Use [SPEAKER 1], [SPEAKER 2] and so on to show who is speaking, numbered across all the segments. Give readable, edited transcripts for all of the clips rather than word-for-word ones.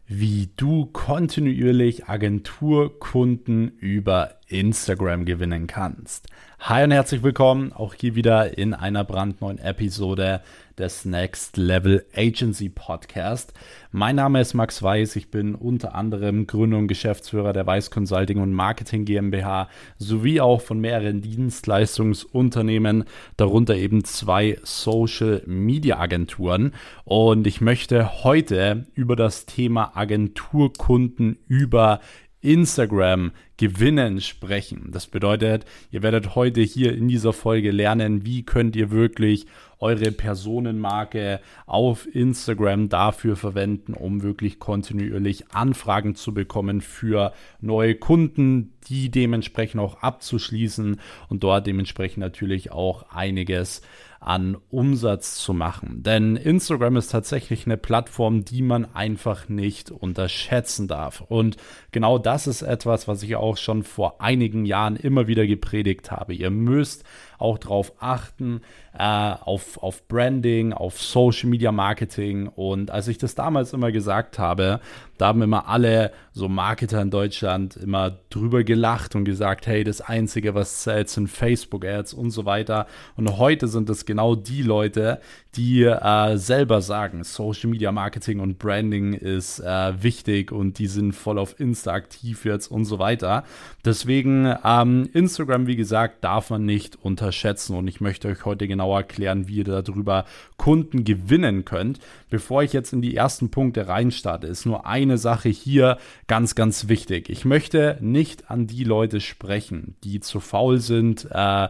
[SPEAKER 1] wie du kontinuierlich Agenturkunden über Instagram gewinnen kannst. Hi und herzlich willkommen auch hier wieder in einer brandneuen Episode des Next Level Agency Podcast. Mein Name ist Max Weiß, ich bin unter anderem Gründer und Geschäftsführer der Weiß Consulting und Marketing GmbH sowie auch von mehreren Dienstleistungsunternehmen, darunter eben 2 Social Media Agenturen. Und ich möchte heute über das Thema Agenturkunden über Instagram gewinnen sprechen. Das bedeutet, ihr werdet heute hier in dieser Folge lernen, wie könnt ihr wirklich eure Personenmarke auf Instagram dafür verwenden, um wirklich kontinuierlich Anfragen zu bekommen für neue Kunden, die dementsprechend auch abzuschließen und dort dementsprechend natürlich auch einiges an Umsatz zu machen. Denn Instagram ist tatsächlich eine Plattform, die man einfach nicht unterschätzen darf. Und genau das ist etwas, was ich auch schon vor einigen Jahren immer wieder gepredigt habe. Ihr müsst auch darauf achten, auf Branding, auf Social Media Marketing. Und als ich das damals immer gesagt habe, da haben immer alle so Marketer in Deutschland immer drüber gelacht und gesagt, hey, das Einzige, was zählt, sind Facebook-Ads und so weiter. Und heute sind es genau die Leute, die selber sagen, Social Media Marketing und Branding ist wichtig und die sind voll auf Insta aktiv jetzt und so weiter. Deswegen Instagram, wie gesagt, darf man nicht unterschätzen und ich möchte euch heute genau erklären, wie ihr darüber Kunden gewinnen könnt. Bevor ich jetzt in die ersten Punkte reinstarte, ist nur eine Sache hier ganz, ganz wichtig. Ich möchte nicht an die Leute sprechen, die zu faul sind,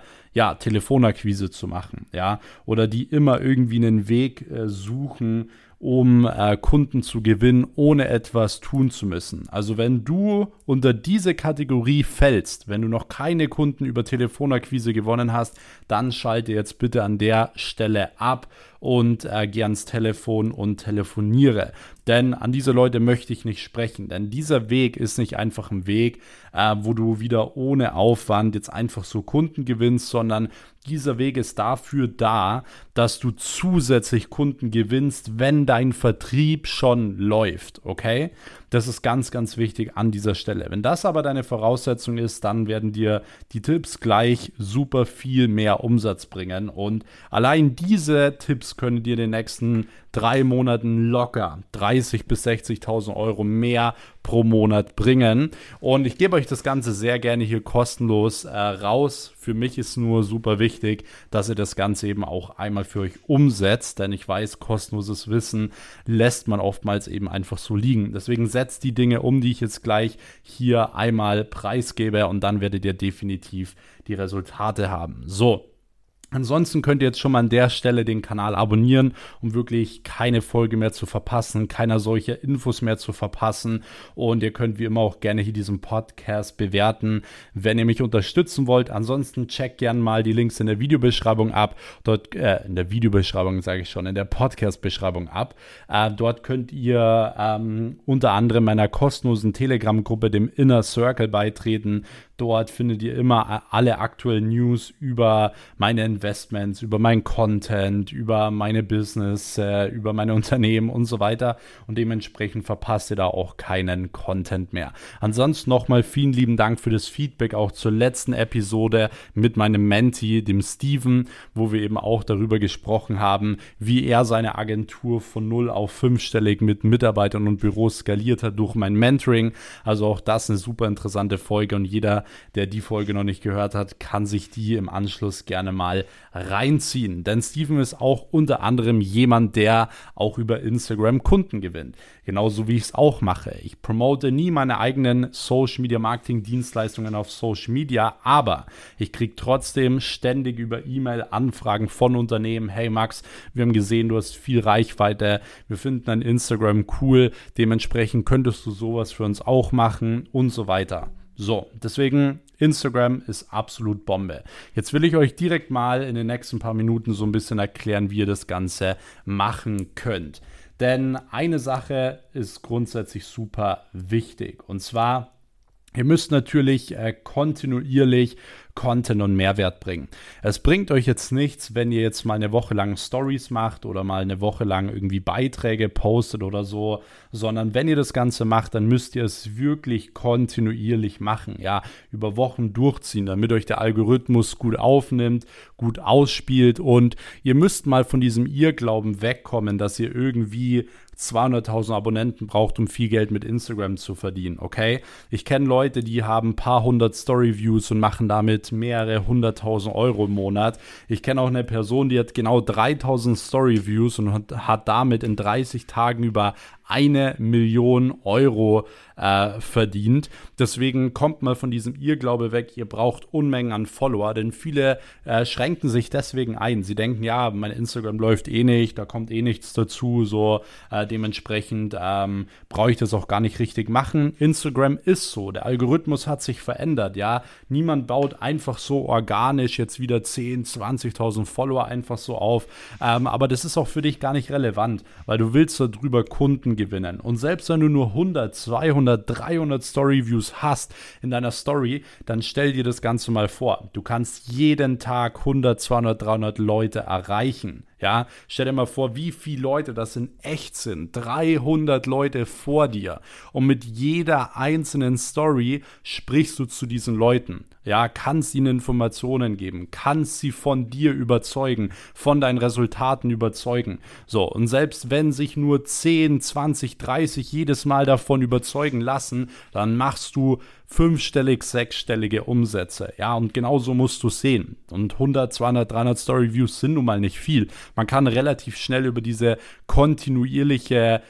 [SPEAKER 1] Telefonakquise zu machen, oder die immer irgendwie einen Weg suchen, um Kunden zu gewinnen, ohne etwas tun zu müssen. Also wenn du unter diese Kategorie fällst, wenn du noch keine Kunden über Telefonakquise gewonnen hast, dann schalte jetzt bitte an der Stelle ab und geh ans Telefon und telefoniere. Denn an diese Leute möchte ich nicht sprechen. Denn dieser Weg ist nicht einfach ein Weg, wo du wieder ohne Aufwand jetzt einfach so Kunden gewinnst, sondern dieser Weg ist dafür da, dass du zusätzlich Kunden gewinnst, wenn dein Vertrieb schon läuft, okay? Das ist ganz, ganz wichtig an dieser Stelle. Wenn das aber deine Voraussetzung ist, dann werden dir die Tipps gleich super viel mehr Umsatz bringen. Und allein diese Tipps können dir in den nächsten 3 Monaten locker 30.000 bis 60.000 Euro mehr pro Monat bringen. Und ich gebe euch das Ganze sehr gerne hier kostenlos raus. Für mich ist nur super wichtig, dass ihr das Ganze eben auch einmal für euch umsetzt, denn ich weiß, kostenloses Wissen lässt man oftmals eben einfach so liegen. Deswegen setzt die Dinge um, die ich jetzt gleich hier einmal preisgebe und dann werdet ihr definitiv die Resultate haben. So. Ansonsten könnt ihr jetzt schon mal an der Stelle den Kanal abonnieren, um wirklich keine Folge mehr zu verpassen, keiner solcher Infos mehr zu verpassen. Und ihr könnt wie immer auch gerne hier diesen Podcast bewerten, wenn ihr mich unterstützen wollt. Ansonsten checkt gerne mal die Links in der Videobeschreibung ab. In der Podcast-Beschreibung ab. Dort könnt ihr unter anderem meiner kostenlosen Telegram-Gruppe, dem Inner Circle, beitreten. Dort findet ihr immer alle aktuellen News über meine Investments, über meinen Content, über meine Business, über meine Unternehmen und so weiter. Und dementsprechend verpasst ihr da auch keinen Content mehr. Ansonsten nochmal vielen lieben Dank für das Feedback auch zur letzten Episode mit meinem Mentee, dem Steven, wo wir eben auch darüber gesprochen haben, wie er seine Agentur von 0 auf 5-stellig mit Mitarbeitern und Büros skaliert hat durch mein Mentoring. Also auch das eine super interessante Folge und jeder, der die Folge noch nicht gehört hat, kann sich die im Anschluss gerne mal reinziehen. Denn Steven ist auch unter anderem jemand, der auch über Instagram Kunden gewinnt. Genauso wie ich es auch mache. Ich promote nie meine eigenen Social Media Marketing Dienstleistungen auf Social Media, aber ich kriege trotzdem ständig über E-Mail Anfragen von Unternehmen. Hey Max, wir haben gesehen, du hast viel Reichweite. Wir finden dein Instagram cool. Dementsprechend könntest du sowas für uns auch machen und so weiter. So, deswegen Instagram ist absolut Bombe. Jetzt will ich euch direkt mal in den nächsten paar Minuten so ein bisschen erklären, wie ihr das Ganze machen könnt. Denn eine Sache ist grundsätzlich super wichtig und zwar Ihr müsst natürlich kontinuierlich Content und Mehrwert bringen. Es bringt euch jetzt nichts, wenn ihr jetzt mal eine Woche lang Stories macht oder mal eine Woche lang irgendwie Beiträge postet oder so, sondern wenn ihr das Ganze macht, dann müsst ihr es wirklich kontinuierlich machen, ja, über Wochen durchziehen, damit euch der Algorithmus gut aufnimmt, gut ausspielt und ihr müsst mal von diesem Irrglauben wegkommen, dass ihr irgendwie 200.000 Abonnenten braucht, um viel Geld mit Instagram zu verdienen, okay? Ich kenne Leute, die haben ein paar hundert Story-Views und machen damit mehrere 100.000 Euro im Monat. Ich kenne auch eine Person, die hat genau 3.000 Story-Views und hat damit in 30 Tagen über 1 Million Euro verdient. Deswegen kommt mal von diesem Irrglaube weg, ihr braucht Unmengen an Follower, denn viele schränken sich deswegen ein. Sie denken, ja, mein Instagram läuft eh nicht, da kommt eh nichts dazu, so dementsprechend brauche ich das auch gar nicht richtig machen. Instagram ist so, der Algorithmus hat sich verändert, ja. Niemand baut einfach so organisch jetzt wieder 10.000, 20.000 Follower einfach so auf, aber das ist auch für dich gar nicht relevant, weil du willst darüber Kunden gewinnen. Und selbst wenn du nur 100, 200, 300 Story-Views hast in deiner Story, dann stell dir das Ganze mal vor. Du kannst jeden Tag 100, 200, 300 Leute erreichen. Ja, stell dir mal vor, wie viele Leute das in echt sind. 300 Leute vor dir. Und mit jeder einzelnen Story sprichst du zu diesen Leuten. Ja, kannst ihnen Informationen geben, kannst sie von dir überzeugen, von deinen Resultaten überzeugen. So, und selbst wenn sich nur 10, 20, 30 jedes Mal davon überzeugen lassen, dann machst du 5-stellig, 6-stellige Umsätze. Ja, und genauso musst du es sehen. Und 100, 200, 300 Story-Views sind nun mal nicht viel. Man kann relativ schnell über dieses kontinuierliche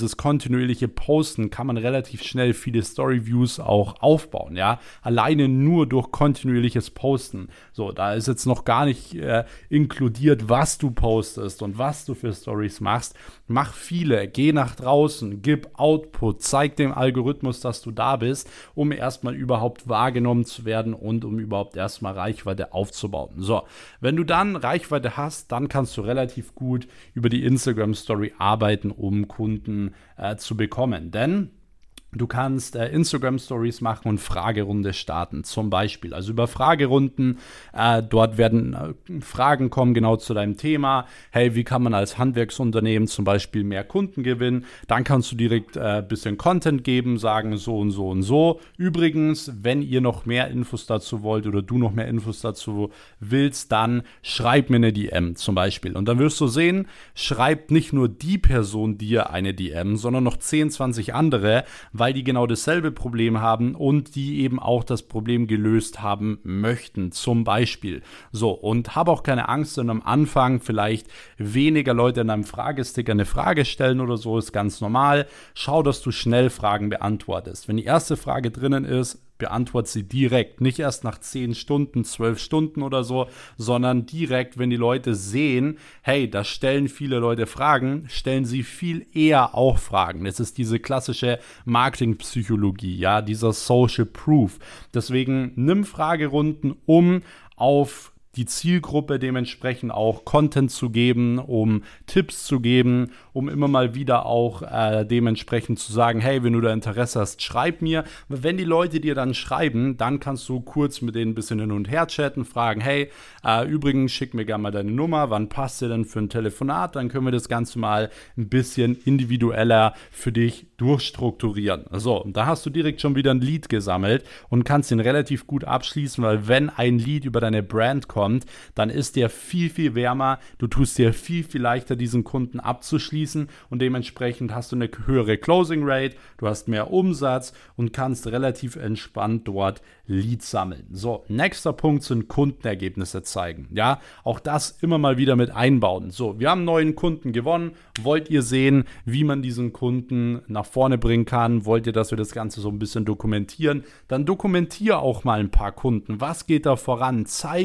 [SPEAKER 1] Posten kann man relativ schnell viele Story-Views auch aufbauen. Ja, alleine nur durch kontinuierliches Posten. So, da ist jetzt noch gar nicht inkludiert, was du postest und was du für Stories machst. Mach viele, geh nach draußen, gib Output, zeig dem Algorithmus, dass du da bist, um erstmal überhaupt wahrgenommen zu werden und um überhaupt erstmal Reichweite aufzubauen. So, wenn du dann Reichweite hast, dann kannst du relativ gut über die Instagram-Story arbeiten, um Kunden zu bekommen. Denn du kannst Instagram-Stories machen und Fragerunde starten, zum Beispiel. Also über Fragerunden, dort werden Fragen kommen genau zu deinem Thema. Hey, wie kann man als Handwerksunternehmen zum Beispiel mehr Kunden gewinnen? Dann kannst du direkt ein bisschen Content geben, sagen so und so und so. Übrigens, wenn ihr noch mehr Infos dazu wollt oder du noch mehr Infos dazu willst, dann schreib mir eine DM zum Beispiel. Und dann wirst du sehen, schreibt nicht nur die Person dir eine DM, sondern noch 10, 20 andere, weil die genau dasselbe Problem haben und die eben auch das Problem gelöst haben möchten, zum Beispiel. So, und hab auch keine Angst, wenn am Anfang vielleicht weniger Leute in einem Fragesticker eine Frage stellen oder so, ist ganz normal. Schau, dass du schnell Fragen beantwortest. Wenn die erste Frage drinnen ist, beantwortet sie direkt, nicht erst nach 10 Stunden, 12 Stunden oder so, sondern direkt, wenn die Leute sehen, hey, da stellen viele Leute Fragen, stellen sie viel eher auch Fragen. Das ist diese klassische Marketingpsychologie, ja, dieser Social Proof. Deswegen nimm Fragerunden, um auf die Zielgruppe dementsprechend auch Content zu geben, um Tipps zu geben, um immer mal wieder auch dementsprechend zu sagen, hey, wenn du da Interesse hast, schreib mir. Wenn die Leute dir dann schreiben, dann kannst du kurz mit denen ein bisschen hin und her chatten, fragen, hey, übrigens, schick mir gerne mal deine Nummer, wann passt dir denn für ein Telefonat? Dann können wir das Ganze mal ein bisschen individueller für dich durchstrukturieren. So, und da hast du direkt schon wieder ein Lead gesammelt und kannst ihn relativ gut abschließen, weil wenn ein Lead über deine Brand kommt, dann ist der viel, viel wärmer. Du tust dir viel, viel leichter, diesen Kunden abzuschließen und dementsprechend hast du eine höhere Closing Rate, du hast mehr Umsatz und kannst relativ entspannt dort Leads sammeln. So, nächster Punkt sind Kundenergebnisse zeigen. Ja, auch das immer mal wieder mit einbauen. So, wir haben einen neuen Kunden gewonnen. Wollt ihr sehen, wie man diesen Kunden nach vorne bringen kann? Wollt ihr, dass wir das Ganze so ein bisschen dokumentieren? Dann dokumentiere auch mal ein paar Kunden. Was geht da voran? Zeig den Leuten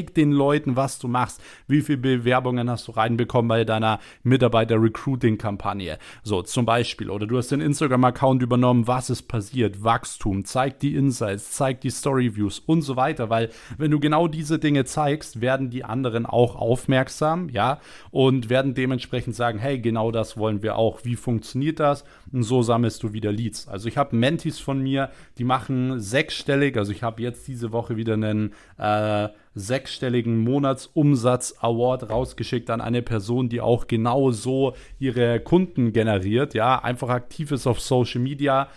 [SPEAKER 1] Leuten, was du machst, wie viele Bewerbungen hast du reinbekommen bei deiner Mitarbeiter-Recruiting-Kampagne, so zum Beispiel, oder du hast den Instagram-Account übernommen, was ist passiert, Wachstum, zeig die Insights, zeig die Story-Views und so weiter, weil wenn du genau diese Dinge zeigst, werden die anderen auch aufmerksam, ja, und werden dementsprechend sagen, hey, genau das wollen wir auch, wie funktioniert das? Und so sammelst du wieder Leads. Also ich habe Mentees von mir, die machen sechsstellig, also ich habe jetzt diese Woche wieder einen sechsstelligen Monatsumsatz-Award rausgeschickt an eine Person, die auch genau so ihre Kunden generiert, ja, einfach aktiv ist auf Social Media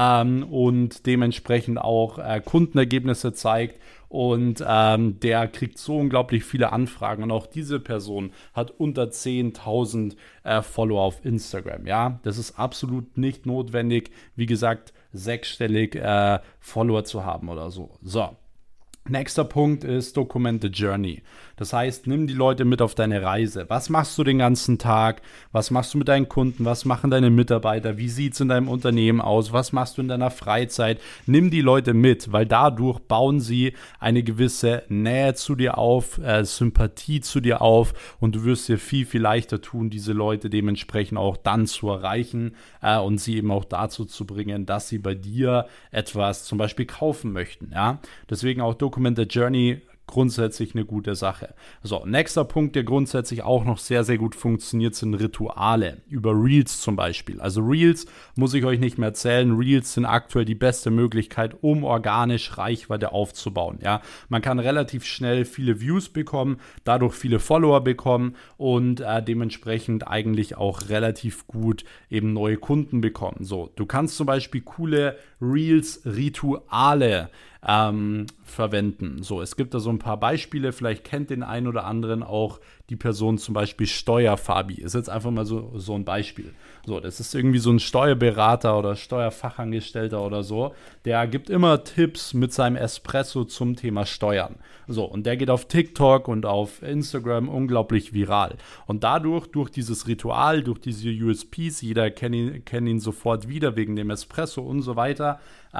[SPEAKER 1] und dementsprechend auch Kundenergebnisse zeigt. Und der kriegt so unglaublich viele Anfragen. Und auch diese Person hat unter 10.000 Follower auf Instagram. Ja, das ist absolut nicht notwendig, wie gesagt, sechsstellig Follower zu haben oder so. So. Nächster Punkt ist Document the Journey. Das heißt, nimm die Leute mit auf deine Reise. Was machst du den ganzen Tag? Was machst du mit deinen Kunden? Was machen deine Mitarbeiter? Wie sieht es in deinem Unternehmen aus? Was machst du in deiner Freizeit? Nimm die Leute mit, weil dadurch bauen sie eine gewisse Nähe zu dir auf, Sympathie zu dir auf und du wirst dir viel, viel leichter tun, diese Leute dementsprechend auch dann zu erreichen und sie eben auch dazu zu bringen, dass sie bei dir etwas zum Beispiel kaufen möchten. Ja? Deswegen auch Document the Journey grundsätzlich eine gute Sache. So, nächster Punkt, der grundsätzlich auch noch sehr, sehr gut funktioniert, sind Rituale. Über Reels zum Beispiel. Also Reels muss ich euch nicht mehr erzählen. Reels sind aktuell die beste Möglichkeit, um organisch Reichweite aufzubauen. Ja, man kann relativ schnell viele Views bekommen, dadurch viele Follower bekommen und dementsprechend eigentlich auch relativ gut eben neue Kunden bekommen. So, du kannst zum Beispiel coole Reels-Rituale verwenden. So, es gibt da so ein paar Beispiele, vielleicht kennt den einen oder anderen auch die Person zum Beispiel Steuerfabi. Ist jetzt einfach mal so ein Beispiel. So, das ist irgendwie so ein Steuerberater oder Steuerfachangestellter oder so, der gibt immer Tipps mit seinem Espresso zum Thema Steuern. So, und der geht auf TikTok und auf Instagram unglaublich viral. Und dadurch, durch dieses Ritual, durch diese USPs, jeder kennt ihn sofort wieder wegen dem Espresso und so weiter,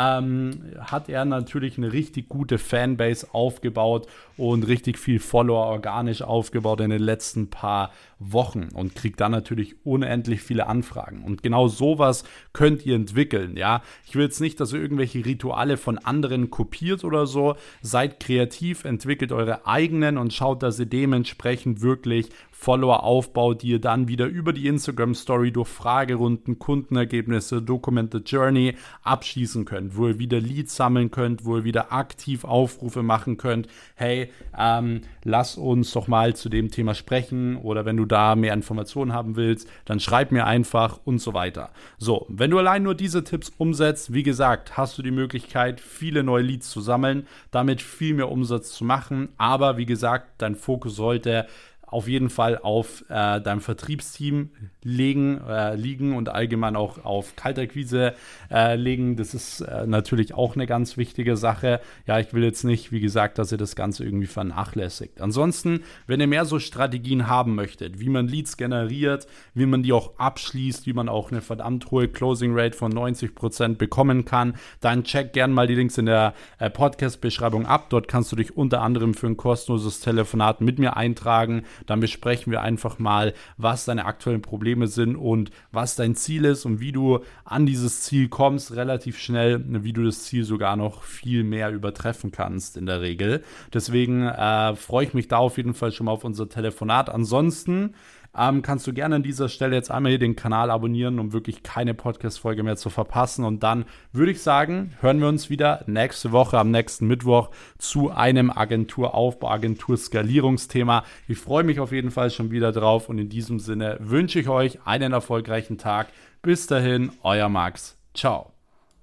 [SPEAKER 1] hat er natürlich eine richtig gute Fanbase aufgebaut und richtig viel Follower organisch aufgebaut in den letzten paar Wochen und kriegt dann natürlich unendlich viele Anfragen. Und genau sowas könnt ihr entwickeln, ja. Ich will jetzt nicht, dass ihr irgendwelche Rituale von anderen kopiert oder so. Seid kreativ, entwickelt eure eigenen und schaut, dass ihr dementsprechend wirklich Follower aufbaut, die ihr dann wieder über die Instagram-Story durch Fragerunden, Kundenergebnisse, Document the Journey abschließen könnt, wo ihr wieder Leads sammeln könnt, wo ihr wieder aktiv Aufrufe machen könnt. Hey, lass uns doch mal zu dem Thema sprechen oder wenn du da mehr Informationen haben willst, dann schreib mir einfach und so weiter. So, wenn du allein nur diese Tipps umsetzt, wie gesagt, hast du die Möglichkeit, viele neue Leads zu sammeln, damit viel mehr Umsatz zu machen, aber wie gesagt, dein Fokus sollte auf jeden Fall auf deinem Vertriebsteam liegen und allgemein auch auf Kaltakquise legen. Das ist natürlich auch eine ganz wichtige Sache. Ja, ich will jetzt nicht, wie gesagt, dass ihr das Ganze irgendwie vernachlässigt. Ansonsten, wenn ihr mehr so Strategien haben möchtet, wie man Leads generiert, wie man die auch abschließt, wie man auch eine verdammt hohe Closing Rate von 90% bekommen kann, dann check gerne mal die Links in der Podcast-Beschreibung ab. Dort kannst du dich unter anderem für ein kostenloses Telefonat mit mir eintragen. Dann besprechen wir einfach mal, was deine aktuellen Probleme sind und was dein Ziel ist und wie du an dieses Ziel kommst, relativ schnell, wie du das Ziel sogar noch viel mehr übertreffen kannst in der Regel. Deswegen freue ich mich da auf jeden Fall schon mal auf unser Telefonat. Ansonsten kannst du gerne an dieser Stelle jetzt einmal hier den Kanal abonnieren, um wirklich keine Podcast-Folge mehr zu verpassen. Und dann würde ich sagen, hören wir uns wieder nächste Woche am nächsten Mittwoch zu einem Agenturaufbau, Agenturskalierungsthema. Ich freue mich auf jeden Fall schon wieder drauf und in diesem Sinne wünsche ich euch einen erfolgreichen Tag. Bis dahin, euer Max. Ciao.